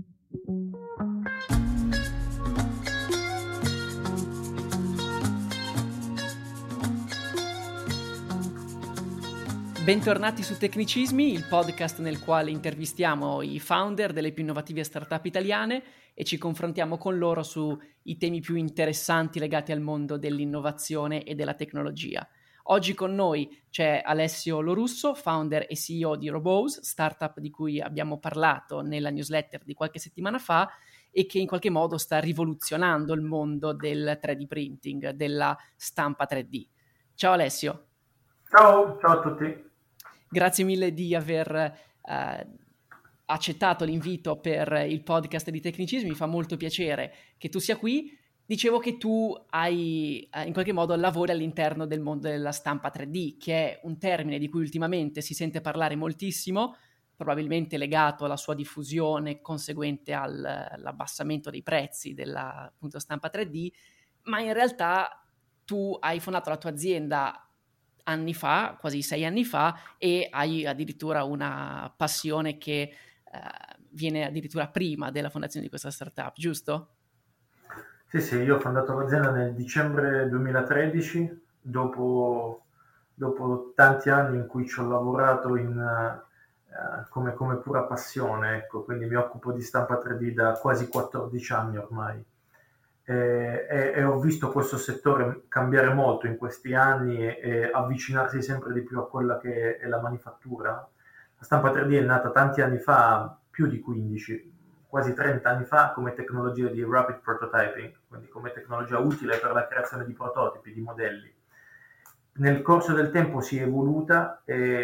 Bentornati su Tecnicismi, il podcast nel quale intervistiamo i founder delle più innovative startup italiane e ci confrontiamo con loro sui temi più interessanti legati al mondo dell'innovazione e della tecnologia. Oggi con noi c'è Alessio Lorusso, founder e CEO di Roboz, startup di cui abbiamo parlato nella newsletter di qualche settimana fa e che in qualche modo sta rivoluzionando il mondo del 3D printing, della stampa 3D. Ciao Alessio. Ciao a tutti. Grazie mille di aver accettato l'invito per il podcast di Tecnicismi, mi fa molto piacere che tu sia qui. Dicevo che tu hai in qualche modo lavori all'interno del mondo della stampa 3D, che è un termine di cui ultimamente si sente parlare moltissimo, probabilmente legato alla sua diffusione conseguente all'abbassamento dei prezzi della appunto, stampa 3D, ma in realtà tu hai fondato la tua azienda anni fa, quasi 6 anni fa, e hai addirittura una passione che viene addirittura prima della fondazione di questa startup, giusto? Sì, io ho fondato l'azienda nel dicembre 2013, dopo tanti anni in cui ci ho lavorato come pura passione, ecco, quindi mi occupo di stampa 3D da quasi 14 anni ormai. E ho visto questo settore cambiare molto in questi anni e avvicinarsi sempre di più a quella che è la manifattura. La stampa 3D è nata tanti anni fa, più di 15, quasi 30 anni fa, come tecnologia di rapid prototyping, quindi come tecnologia utile per la creazione di prototipi, di modelli. Nel corso del tempo si è evoluta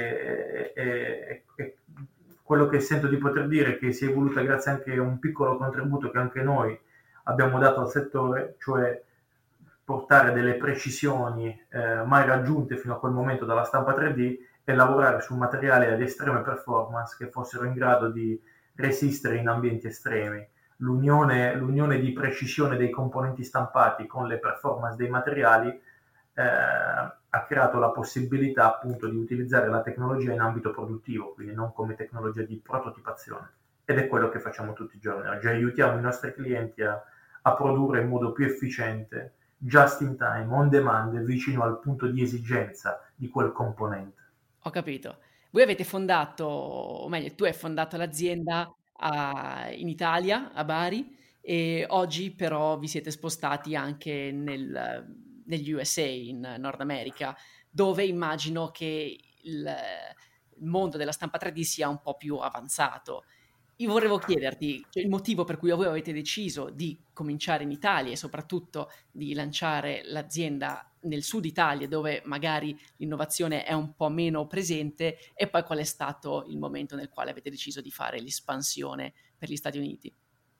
e quello che sento di poter dire è che si è evoluta grazie anche a un piccolo contributo che anche noi abbiamo dato al settore, cioè portare delle precisioni mai raggiunte fino a quel momento dalla stampa 3D e lavorare su materiali ad estreme performance che fossero in grado di resistere in ambienti estremi. L'unione di precisione dei componenti stampati con le performance dei materiali ha creato la possibilità appunto di utilizzare la tecnologia in ambito produttivo, quindi non come tecnologia di prototipazione. Ed è quello che facciamo tutti i giorni. Oggi aiutiamo i nostri clienti a produrre in modo più efficiente, just in time, on demand, vicino al punto di esigenza di quel componente. Ho capito. Voi avete fondato, o meglio, tu hai fondato l'azienda in Italia, a Bari, e oggi però vi siete spostati anche negli USA, in Nord America, dove immagino che il mondo della stampa 3D sia un po' più avanzato. Io volevo chiederti, cioè, il motivo per cui voi avete deciso di cominciare in Italia e soprattutto di lanciare l'azienda nel sud Italia, dove magari l'innovazione è un po' meno presente, e poi qual è stato il momento nel quale avete deciso di fare l'espansione per gli Stati Uniti?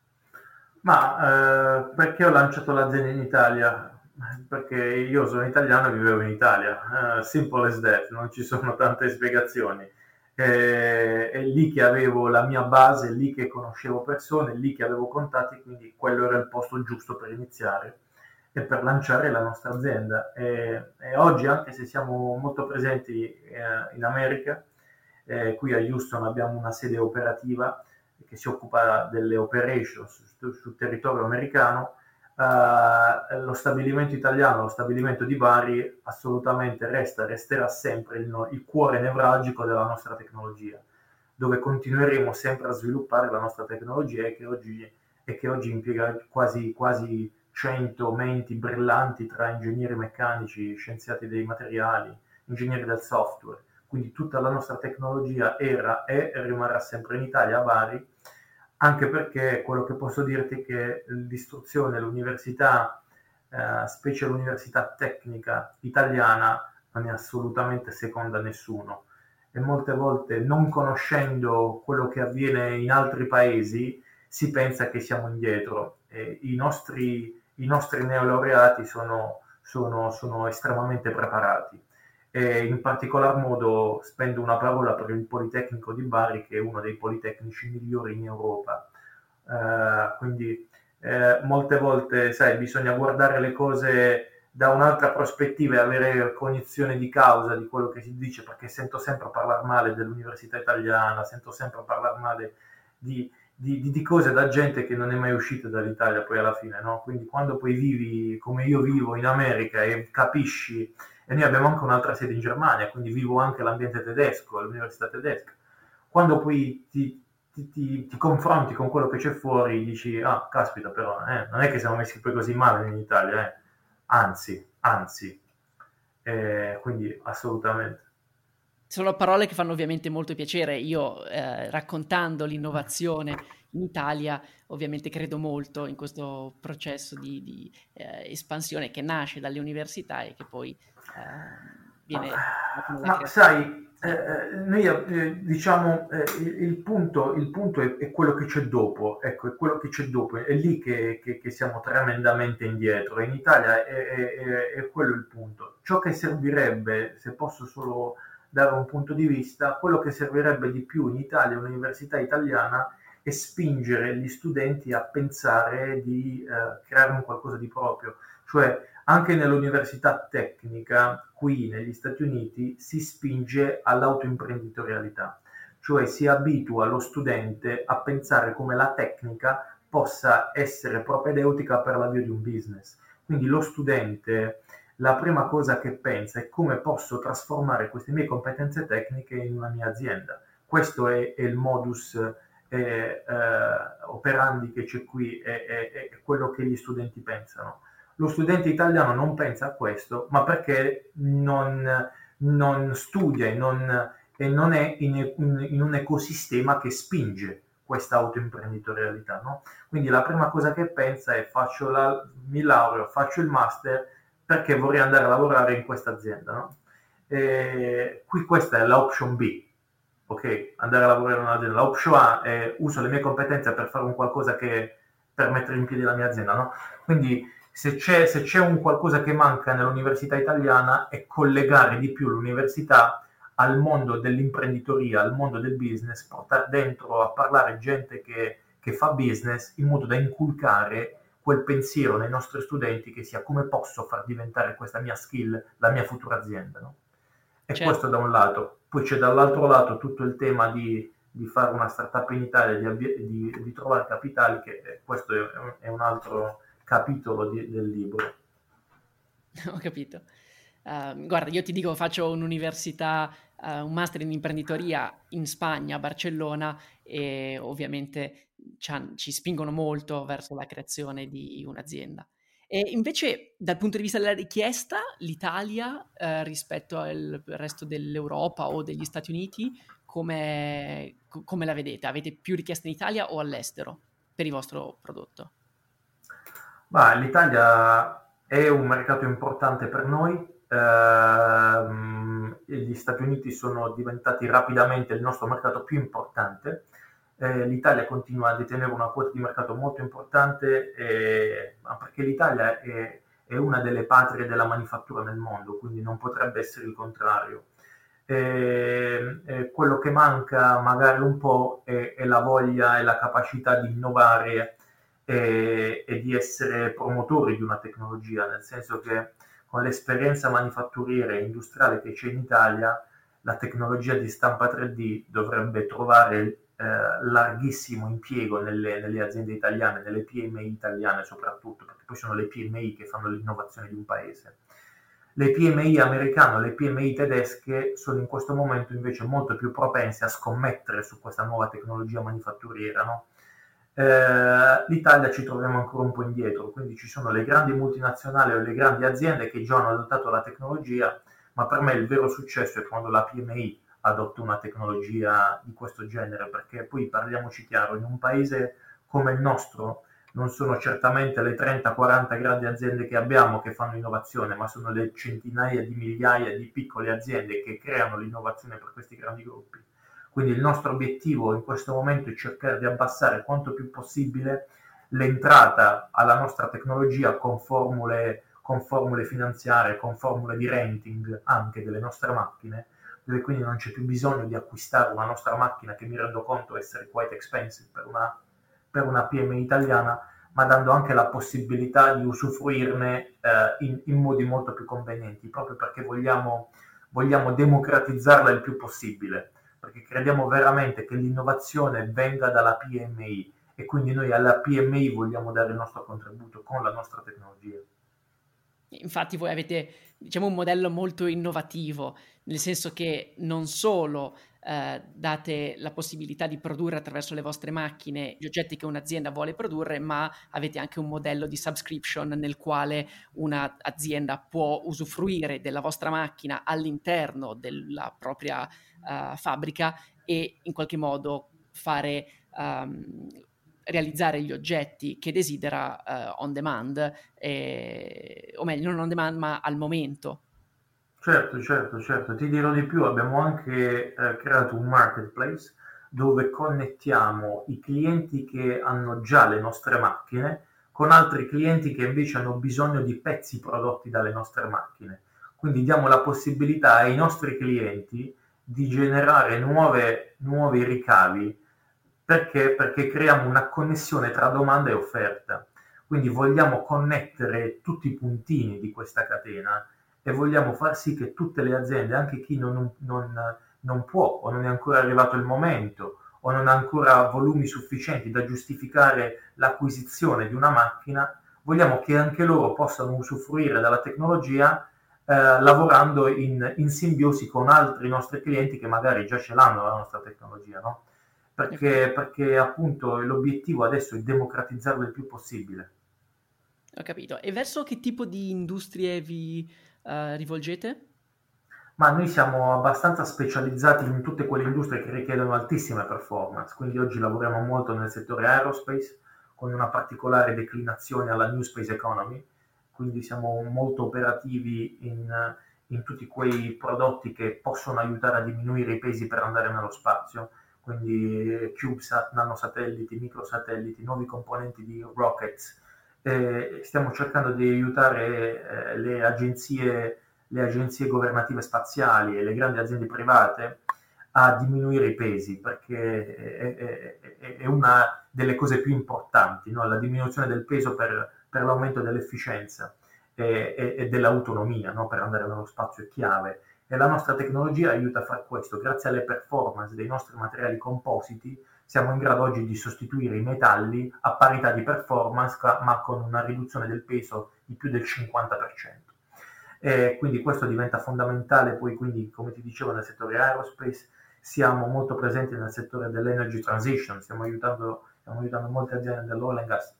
Perché ho lanciato l'azienda in Italia? Perché io sono italiano e vivevo in Italia, simple as that, non ci sono tante spiegazioni. È lì che avevo la mia base, è lì che conoscevo persone, è lì che avevo contatti, quindi quello era il posto giusto per iniziare e per lanciare la nostra azienda. E oggi, anche se siamo molto presenti in America, qui a Houston abbiamo una sede operativa che si occupa delle operations sul territorio americano, lo stabilimento italiano, lo stabilimento di Bari assolutamente resterà sempre il cuore nevralgico della nostra tecnologia, dove continueremo sempre a sviluppare la nostra tecnologia e che oggi impiega quasi 100 menti brillanti tra ingegneri meccanici, scienziati dei materiali, ingegneri del software. Quindi tutta la nostra tecnologia era e rimarrà sempre in Italia, a Bari, anche perché quello che posso dirti è che l'istruzione, l'università, specie l'università tecnica italiana, non è assolutamente seconda a nessuno. E molte volte, non conoscendo quello che avviene in altri paesi, si pensa che siamo indietro. I nostri neolaureati sono estremamente preparati. E in particolar modo spendo una parola per il Politecnico di Bari, che è uno dei politecnici migliori in Europa. Quindi molte volte, sai, bisogna guardare le cose da un'altra prospettiva e avere cognizione di causa di quello che si dice, perché sento sempre parlare male dell'università italiana, sento sempre parlare male di di cose da gente che non è mai uscita dall'Italia poi alla fine, no? Quindi quando poi vivi come io vivo in America e capisci, e noi abbiamo anche un'altra sede in Germania, quindi vivo anche l'ambiente tedesco, l'università tedesca, quando poi ti confronti con quello che c'è fuori, dici, ah, caspita però, non è che siamo messi poi così male in Italia, anzi, quindi assolutamente. Sono parole che fanno ovviamente molto piacere. Io, raccontando l'innovazione in Italia, ovviamente credo molto in questo processo di espansione che nasce dalle università e che poi, Ma, viene nella ma creazione di sai, aziende. noi diciamo il punto è quello che c'è dopo, ecco, è quello che c'è dopo, è lì che siamo tremendamente indietro. In Italia è quello il punto. Ciò che servirebbe, se posso solo dare un punto di vista, quello che servirebbe di più in Italia, un'università italiana, è spingere gli studenti a pensare di creare un qualcosa di proprio, cioè anche nell'università tecnica, qui negli Stati Uniti, si spinge all'autoimprenditorialità, cioè si abitua lo studente a pensare come la tecnica possa essere propedeutica per l'avvio di un business. Quindi lo studente, la prima cosa che pensa è come posso trasformare queste mie competenze tecniche in una mia azienda. Questo è il modus operandi che c'è qui, è quello che gli studenti pensano. Lo studente italiano non pensa a questo, ma perché non studia e non è in un ecosistema che spinge questa autoimprenditorialità, no? Quindi la prima cosa che pensa è mi laureo, faccio il master perché vorrei andare a lavorare in questa azienda, no? E qui questa è l'option B, ok? Andare a lavorare in un'azienda. L'option A è uso le mie competenze per fare un qualcosa per mettere in piedi la mia azienda, no? Quindi se c'è un qualcosa che manca nell'università italiana è collegare di più l'università al mondo dell'imprenditoria, al mondo del business, portare dentro a parlare gente che fa business in modo da inculcare quel pensiero nei nostri studenti che sia come posso far diventare questa mia skill la mia futura azienda, no? E questo Certo. da un lato. Poi c'è dall'altro lato tutto il tema di fare una startup in Italia, di trovare capitali, che questo è un altro capitolo del libro. Ho capito. Guarda, io ti dico, faccio un'università, un master in imprenditoria in Spagna, a Barcellona, e ovviamente ci spingono molto verso la creazione di un'azienda. E invece, dal punto di vista della richiesta, l'Italia, rispetto al resto dell'Europa o degli Stati Uniti, come la vedete? Avete più richieste in Italia o all'estero per il vostro prodotto? Ma l'Italia è un mercato importante per noi. Gli Stati Uniti sono diventati rapidamente il nostro mercato più importante. L'Italia continua a detenere una quota di mercato molto importante, ma perché l'Italia è una delle patrie della manifattura nel mondo, quindi non potrebbe essere il contrario. Quello che manca magari un po' è la voglia e la capacità di innovare e di essere promotori di una tecnologia, nel senso che con l'esperienza manifatturiera e industriale che c'è in Italia, la tecnologia di stampa 3D dovrebbe trovare larghissimo impiego nelle aziende italiane, nelle PMI italiane soprattutto, perché poi sono le PMI che fanno l'innovazione di un paese. Le PMI americane, le PMI tedesche sono in questo momento invece molto più propense a scommettere su questa nuova tecnologia manifatturiera, no? L'Italia ci troviamo ancora un po' indietro, quindi ci sono le grandi multinazionali o le grandi aziende che già hanno adottato la tecnologia, ma per me il vero successo è quando la PMI adotta una tecnologia di questo genere, perché poi parliamoci chiaro, in un paese come il nostro non sono certamente le 30-40 grandi aziende che abbiamo che fanno innovazione, ma sono le centinaia di migliaia di piccole aziende che creano l'innovazione per questi grandi gruppi. Quindi il nostro obiettivo in questo momento è cercare di abbassare quanto più possibile l'entrata alla nostra tecnologia con formule finanziarie, con formule di renting anche delle nostre macchine, dove quindi non c'è più bisogno di acquistare una nostra macchina che mi rendo conto essere quite expensive per una PMI italiana, ma dando anche la possibilità di usufruirne in modi molto più convenienti, proprio perché vogliamo democratizzarla il più possibile, perché crediamo veramente che l'innovazione venga dalla PMI e quindi noi alla PMI vogliamo dare il nostro contributo con la nostra tecnologia. Infatti voi avete, diciamo, un modello molto innovativo, nel senso che non solo date la possibilità di produrre attraverso le vostre macchine gli oggetti che un'azienda vuole produrre, ma avete anche un modello di subscription nel quale un'azienda può usufruire della vostra macchina all'interno della propria fabbrica e in qualche modo fare realizzare gli oggetti che desidera on demand, o meglio, non on demand, ma al momento. Certo, certo, certo. Ti dirò di più, abbiamo anche creato un marketplace dove connettiamo i clienti che hanno già le nostre macchine con altri clienti che invece hanno bisogno di pezzi prodotti dalle nostre macchine. Quindi diamo la possibilità ai nostri clienti di generare nuovi ricavi perché creiamo una connessione tra domanda e offerta. Quindi vogliamo connettere tutti i puntini di questa catena e vogliamo far sì che tutte le aziende, anche chi non può o non è ancora arrivato il momento o non ha ancora volumi sufficienti da giustificare l'acquisizione di una macchina, vogliamo che anche loro possano usufruire della tecnologia lavorando in simbiosi con altri nostri clienti che magari già ce l'hanno la nostra tecnologia, no? Perché appunto l'obiettivo adesso è democratizzarlo il più possibile. Ho capito. E verso che tipo di industrie vi rivolgete? Ma noi siamo abbastanza specializzati in tutte quelle industrie che richiedono altissime performance, quindi oggi lavoriamo molto nel settore aerospace, con una particolare declinazione alla New Space Economy, quindi siamo molto operativi in tutti quei prodotti che possono aiutare a diminuire i pesi per andare nello spazio, quindi CubeSat, nanosatelliti, microsatelliti, nuovi componenti di rockets. Stiamo cercando di aiutare le agenzie governative spaziali e le grandi aziende private a diminuire i pesi, perché è una delle cose più importanti, no? La diminuzione del peso per l'aumento dell'efficienza e dell'autonomia, no? Per andare nello spazio è chiave. E la nostra tecnologia aiuta a fare questo. Grazie alle performance dei nostri materiali compositi siamo in grado oggi di sostituire i metalli a parità di performance, ma con una riduzione del peso di più del 50%. Quindi questo diventa fondamentale poi, quindi, come ti dicevo, nel settore aerospace, siamo molto presenti nel settore dell'energy transition, stiamo aiutando molte aziende dell'oil and gas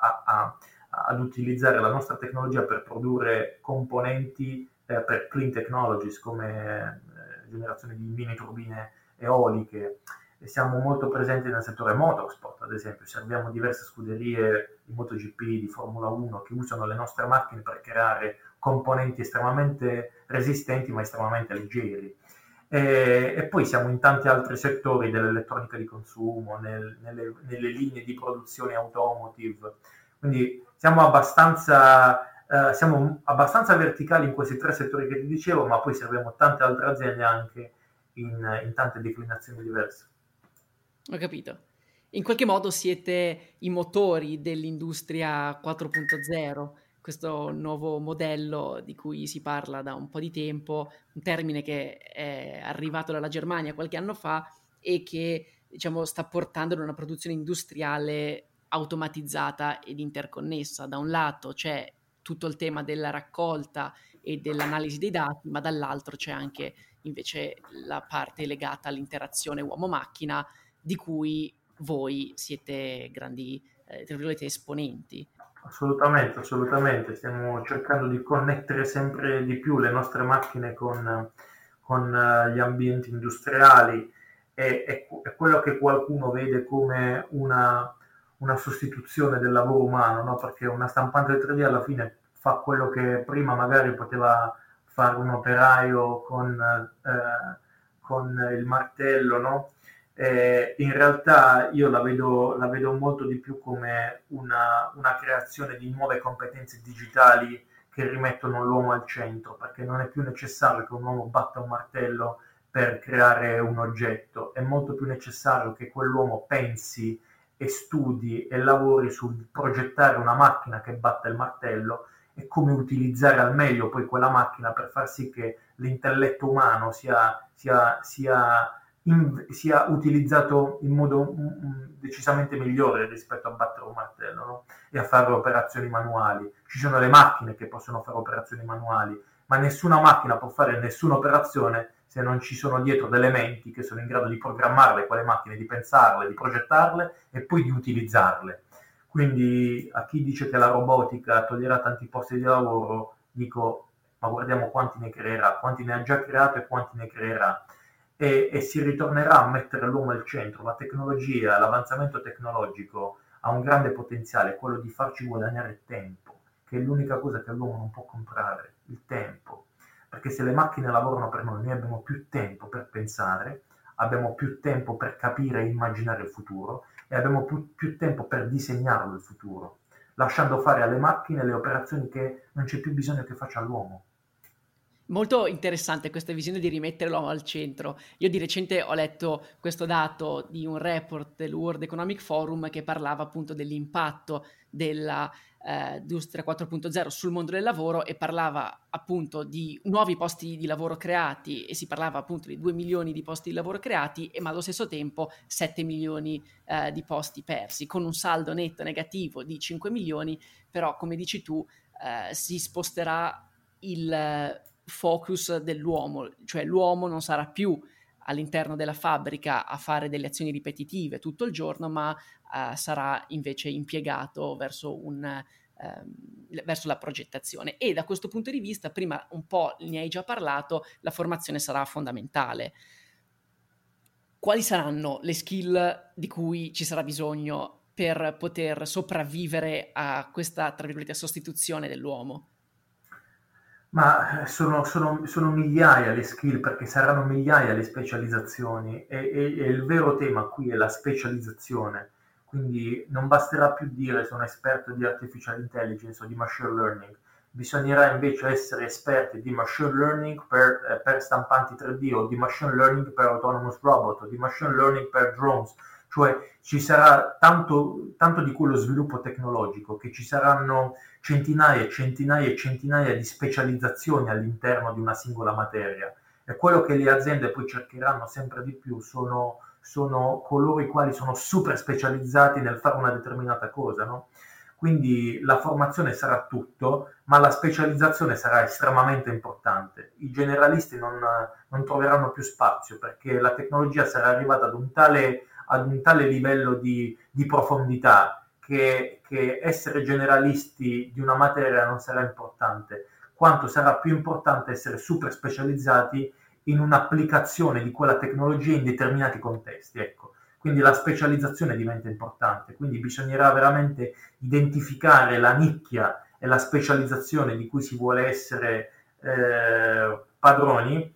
ad utilizzare la nostra tecnologia per produrre componenti per clean technologies come generazione di mini turbine eoliche. E siamo molto presenti nel settore motorsport, ad esempio, serviamo diverse scuderie di MotoGP, di Formula 1 che usano le nostre macchine per creare componenti estremamente resistenti ma estremamente leggeri. E poi siamo in tanti altri settori dell'elettronica di consumo, nelle linee di produzione automotive, quindi siamo abbastanza verticali in questi tre settori che ti dicevo, ma poi serviamo tante altre aziende anche in tante declinazioni diverse. Ho capito. In qualche modo siete i motori dell'industria 4.0, questo nuovo modello di cui si parla da un po' di tempo, un termine che è arrivato dalla Germania qualche anno fa e che, diciamo, sta portando ad una produzione industriale automatizzata ed interconnessa. Da un lato c'è tutto il tema della raccolta e dell'analisi dei dati, ma dall'altro c'è anche invece la parte legata all'interazione uomo-macchina di cui voi siete grandi, tra virgolette, esponenti. Assolutamente, assolutamente. Stiamo cercando di connettere sempre di più le nostre macchine con gli ambienti industriali e quello che qualcuno vede come una sostituzione del lavoro umano, no? Perché una stampante 3D alla fine fa quello che prima magari poteva fare un operaio con il martello, no? In realtà io la vedo molto di più come una creazione di nuove competenze digitali che rimettono l'uomo al centro, perché non è più necessario che un uomo batta un martello per creare un oggetto, è molto più necessario che quell'uomo pensi e studi e lavori sul progettare una macchina che batta il martello e come utilizzare al meglio poi quella macchina per far sì che l'intelletto umano sia sia utilizzato in modo decisamente migliore rispetto a battere un martello, no? E a fare operazioni manuali. Ci sono le macchine che possono fare operazioni manuali, ma nessuna macchina può fare nessuna operazione se non ci sono dietro delle menti che sono in grado di programmarle, quelle macchine, di pensarle, di progettarle e poi di utilizzarle. Quindi a chi dice che la robotica toglierà tanti posti di lavoro, dico, ma guardiamo quanti ne creerà, quanti ne ha già creato e quanti ne creerà. E si ritornerà a mettere l'uomo al centro. La tecnologia, l'avanzamento tecnologico ha un grande potenziale, quello di farci guadagnare tempo, che è l'unica cosa che l'uomo non può comprare, il tempo. Perché se le macchine lavorano per noi abbiamo più tempo per pensare, abbiamo più tempo per capire e immaginare il futuro e abbiamo più tempo per disegnarlo il futuro, lasciando fare alle macchine le operazioni che non c'è più bisogno che faccia l'uomo. Molto interessante questa visione di rimettere l'uomo al centro. Io di recente ho letto questo dato di un report del World Economic Forum che parlava appunto dell'impatto della industria 4.0 sul mondo del lavoro e parlava appunto di nuovi posti di lavoro creati e si parlava appunto di 2 milioni di posti di lavoro creati ma allo stesso tempo 7 milioni di posti persi, con un saldo netto negativo di 5 milioni, però come dici tu si sposterà il focus dell'uomo, cioè l'uomo non sarà più all'interno della fabbrica a fare delle azioni ripetitive tutto il giorno, ma sarà invece impiegato verso la progettazione. E da questo punto di vista, prima un po' ne hai già parlato, la formazione sarà fondamentale. Quali saranno le skill di cui ci sarà bisogno per poter sopravvivere a questa, tra virgolette, sostituzione dell'uomo? Ma sono migliaia le skill perché saranno migliaia le specializzazioni e il vero tema qui è la specializzazione. Quindi non basterà più dire sono esperto di artificial intelligence o di machine learning, bisognerà invece essere esperti di machine learning per stampanti 3D o di machine learning per autonomous robot o di machine learning per drones. Cioè ci sarà tanto di quello sviluppo tecnologico che ci saranno centinaia e centinaia e centinaia di specializzazioni all'interno di una singola materia e quello che le aziende poi cercheranno sempre di più sono coloro i quali sono super specializzati nel fare una determinata cosa, no? Quindi la formazione sarà tutto, ma la specializzazione sarà estremamente importante. I generalisti non troveranno più spazio perché la tecnologia sarà arrivata ad un tale livello di profondità che essere generalisti di una materia non sarà importante, quanto sarà più importante essere super specializzati in un'applicazione di quella tecnologia in determinati contesti. Ecco. Quindi la specializzazione diventa importante, quindi bisognerà veramente identificare la nicchia e la specializzazione di cui si vuole essere padroni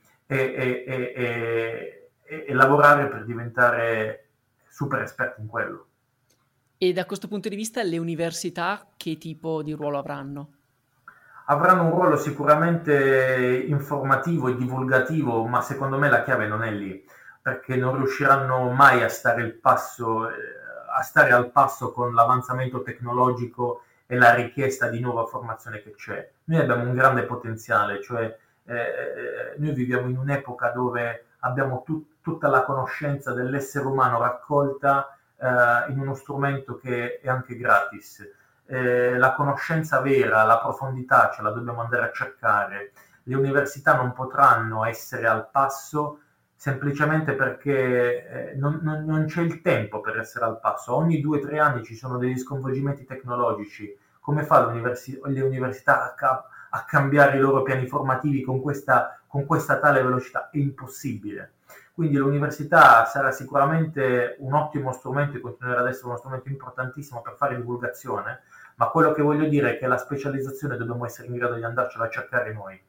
e lavorare per diventare super esperti in quello. E da questo punto di vista le università che tipo di ruolo avranno? Avranno un ruolo sicuramente informativo e divulgativo, ma secondo me la chiave non è lì, perché non riusciranno mai a stare a stare al passo con l'avanzamento tecnologico e la richiesta di nuova formazione che c'è. Noi abbiamo un grande potenziale, cioè noi viviamo in un'epoca dove abbiamo tutta la conoscenza dell'essere umano raccolta in uno strumento che è anche gratis. La conoscenza vera, la profondità ce la dobbiamo andare a cercare. Le università non potranno essere al passo semplicemente perché non c'è il tempo per essere al passo. Ogni 2 o 3 anni ci sono degli sconvolgimenti tecnologici. Come fa le università a cambiare i loro piani formativi con questa tale velocità? È impossibile. Quindi l'università sarà sicuramente un ottimo strumento e continuerà ad essere uno strumento importantissimo per fare divulgazione, ma quello che voglio dire è che la specializzazione dobbiamo essere in grado di andarcela a cercare noi,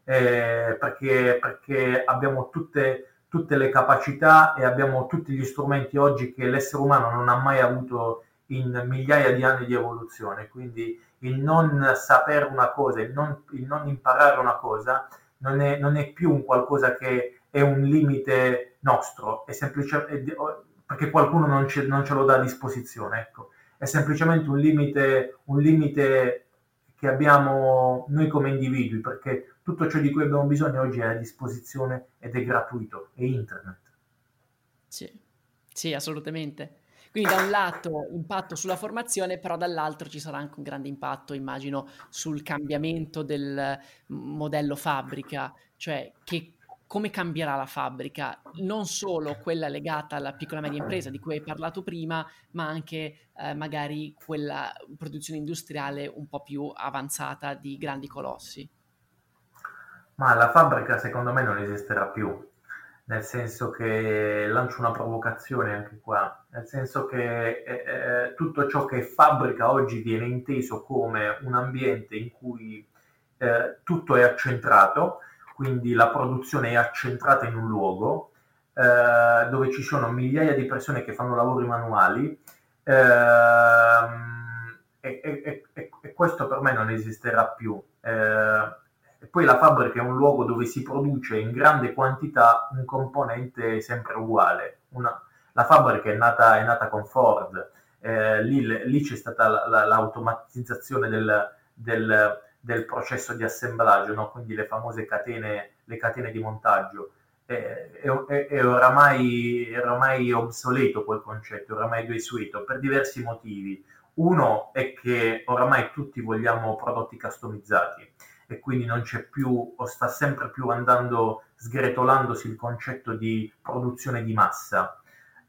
perché abbiamo tutte le capacità e abbiamo tutti gli strumenti oggi che l'essere umano non ha mai avuto in migliaia di anni di evoluzione, quindi il non sapere una cosa, il non imparare una cosa non è più un qualcosa che è un limite nostro, è semplicemente perché qualcuno non ce lo dà a disposizione, ecco. È semplicemente un limite che abbiamo noi come individui, perché tutto ciò di cui abbiamo bisogno oggi è a disposizione ed è gratuito, è internet. Sì, sì, assolutamente. Quindi da un lato impatto sulla formazione, però dall'altro ci sarà anche un grande impatto, immagino, sul cambiamento del modello fabbrica, cioè come cambierà la fabbrica, non solo quella legata alla piccola e media impresa di cui hai parlato prima, ma anche magari quella produzione industriale un po' più avanzata di grandi colossi. Ma la fabbrica secondo me non esisterà più, nel senso che lancio una provocazione anche qua, nel senso che tutto ciò che è fabbrica oggi viene inteso come un ambiente in cui tutto è accentrato, quindi la produzione è accentrata in un luogo dove ci sono migliaia di persone che fanno lavori manuali e questo per me non esisterà più. E poi la fabbrica è un luogo dove si produce in grande quantità un componente sempre uguale. La fabbrica è nata con Ford, lì c'è stata l'automatizzazione del processo di assemblaggio, no? Quindi le catene di montaggio. È oramai obsoleto quel concetto, è oramai desueto per diversi motivi. Uno è che oramai tutti vogliamo prodotti customizzati e quindi non c'è più o sta sempre più andando sgretolandosi il concetto di produzione di massa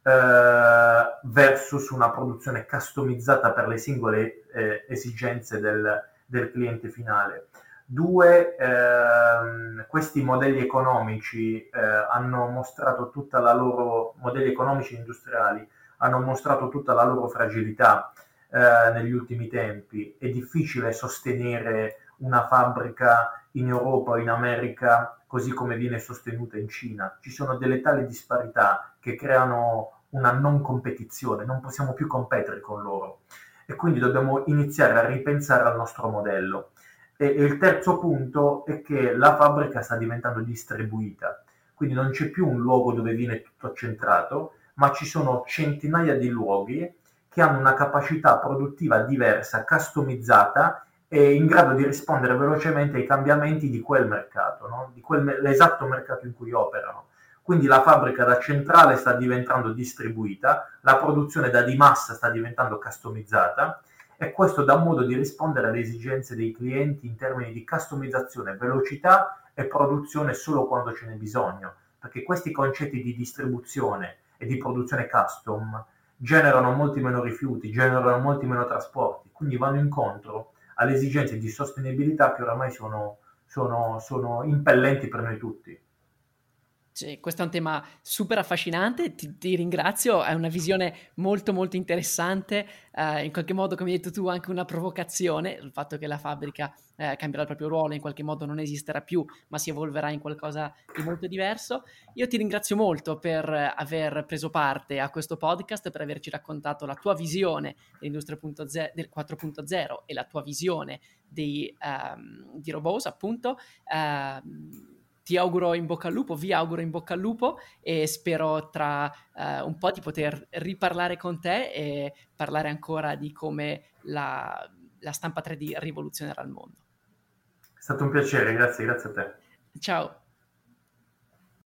versus una produzione customizzata per le singole esigenze del cliente finale. Due, questi modelli economici hanno mostrato tutta la loro, modelli economici industriali hanno mostrato tutta la loro fragilità negli ultimi tempi. È difficile sostenere una fabbrica in Europa o in America così come viene sostenuta in Cina. Ci sono delle tali disparità che creano una non competizione, non possiamo più competere con loro e quindi dobbiamo iniziare a ripensare al nostro modello. E il terzo punto è che la fabbrica sta diventando distribuita, quindi non c'è più un luogo dove viene tutto accentrato, ma ci sono centinaia di luoghi che hanno una capacità produttiva diversa, customizzata e in grado di rispondere velocemente ai cambiamenti di quel mercato, no? L'esatto mercato in cui operano. Quindi la fabbrica da centrale sta diventando distribuita, la produzione da di massa sta diventando customizzata e questo dà modo di rispondere alle esigenze dei clienti in termini di customizzazione, velocità e produzione solo quando ce n'è bisogno, perché questi concetti di distribuzione e di produzione custom generano molti meno rifiuti, generano molti meno trasporti, quindi vanno incontro alle esigenze di sostenibilità che oramai sono impellenti per noi tutti. Sì, questo è un tema super affascinante, ti ringrazio, è una visione molto molto interessante, in qualche modo, come hai detto tu, anche una provocazione, il fatto che la fabbrica cambierà il proprio ruolo, in qualche modo non esisterà più, ma si evolverà in qualcosa di molto diverso. Io ti ringrazio molto per aver preso parte a questo podcast, per averci raccontato la tua visione dell'industria del 4.0 e la tua visione di Robose, appunto. Ti auguro in bocca al lupo, vi auguro in bocca al lupo e spero tra un po' di poter riparlare con te e parlare ancora di come la stampa 3D rivoluzionerà il mondo. È stato un piacere, grazie, grazie a te. Ciao.